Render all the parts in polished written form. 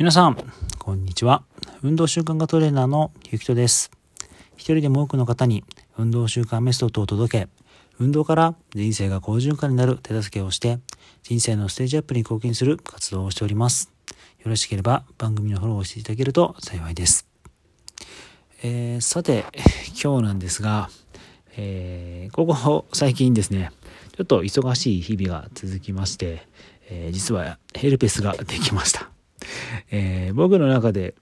皆さんこんにちは。運動習慣化トレーナーのゆきとです。一人でも多くの方に運動習慣メソッドを届け、運動から人生が好循環になる手助けをして、人生のステージアップに貢献する活動をしております。よろしければ番組のフォローをしていただけると幸いです。さて今日なんですが、ここ最近ですね、ちょっと忙しい日々が続きまして、実はヘルペスができました。僕の中で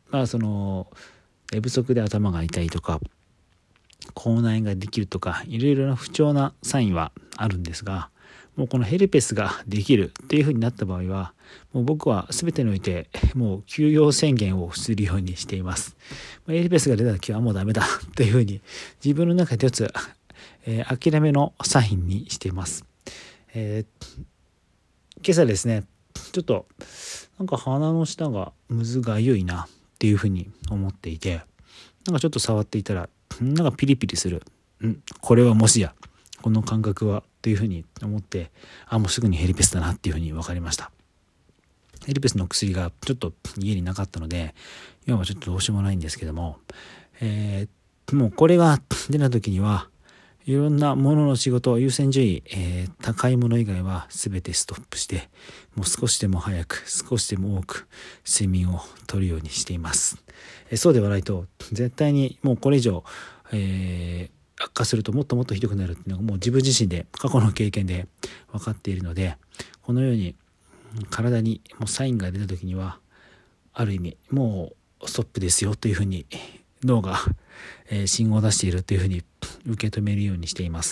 寝不足で頭が痛いとか口内炎ができるとかいろいろな不調なサインはあるんですが、もうこのヘルペスができるっていう風になった場合は、もう僕は全てにおいてもう休養宣言をするようにしています。ヘルペスが出た時はもうダメだという風に自分の中で一つ、諦めのサインにしています。今朝ですね、ちょっとなんか鼻の下がむずがゆいなっていう風に思っていて、なんかちょっと触っていたらなんかピリピリする、これはもしやこの感覚はという風に思って、もうすぐにヘルペスだなっていう風に分かりました。ヘルペスの薬がちょっと家になかったので今はちょっとどうしようもないんですけども、もうこれが出た時にはいろんなものの仕事優先順位、高いもの以外は全てストップして、もう少しでも早く少しでも多く睡眠をとるようにしています。そうではないと絶対にもうこれ以上、悪化するともっともっとひどくなるっていうのがもう自分自身で過去の経験で分かっているので、このように体にもうサインが出た時にはある意味もうストップですよというふうに脳が信号を出しているというふうに受け止めるようにしています。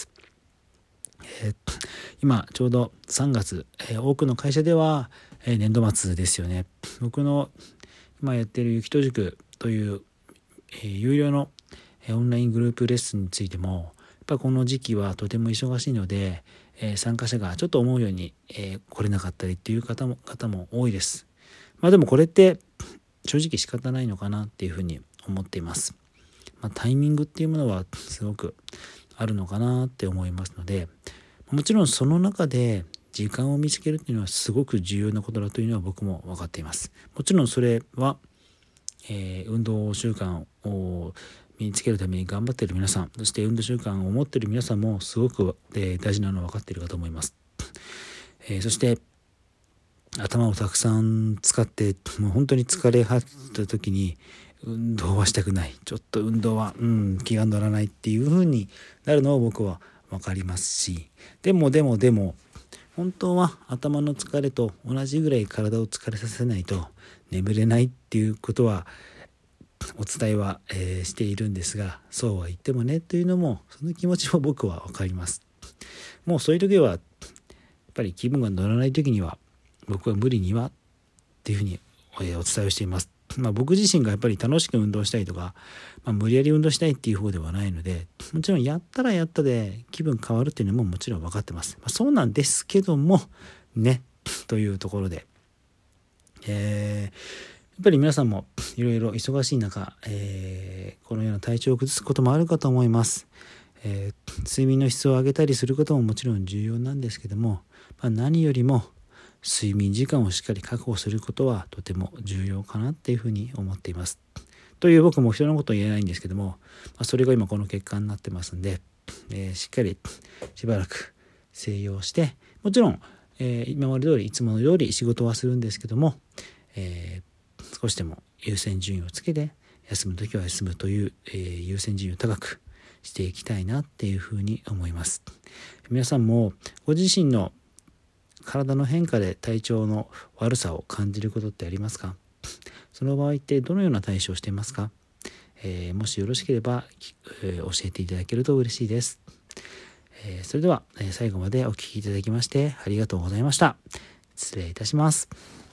今ちょうど3月、多くの会社では年度末ですよね。僕の今やっているゆきと塾という、有料のオンライングループレッスンについてもやっぱこの時期はとても忙しいので、参加者がちょっと思うように、来れなかったりっていう方も多いです。でもこれって正直仕方ないのかなっていうふうに思っています。タイミングっていうものはすごくあるのかなって思いますので、もちろんその中で時間を見つけるっていうのはすごく重要なことだというのは僕も分かっています。もちろんそれは、運動習慣を身につけるために頑張っている皆さん、そして運動習慣を持っている皆さんもすごく、大事なのは分かっているかと思います。そして頭をたくさん使ってもう本当に疲れ果てた時に運動はしたくない、ちょっと運動は気が乗らないっていう風になるのを僕は分かりますし、でも本当は頭の疲れと同じぐらい体を疲れさせないと眠れないっていうことはお伝えは、しているんですが、そうは言ってもねというのもその気持ちも僕は分かります。もうそういう時はやっぱり気分が乗らない時には僕は無理にはっていうふうにお伝えをしています。僕自身がやっぱり楽しく運動したいとか、無理やり運動したいっていう方ではないので、もちろんやったらやったで気分変わるっていうのももちろん分かってます。そうなんですけどもねというところで、やっぱり皆さんもいろいろ忙しい中、このような体調を崩すこともあるかと思います。睡眠の質を上げたりすることももちろん重要なんですけども、何よりも睡眠時間をしっかり確保することはとても重要かなっていうふうに思っています。という僕も人のことを言えないんですけども、それが今この結果になってますんで、しっかりしばらく静養して、もちろん、今まで通りいつもの通り仕事はするんですけども、少しでも優先順位をつけて休むときは休むという、優先順位を高くしていきたいなっていうふうに思います。皆さんもご自身の体の変化で体調の悪さを感じることってありますか？その場合ってどのような対処をしていますか？もしよろしければ、教えていただけると嬉しいです。それでは、最後までお聞きいただきましてありがとうございました。失礼いたします。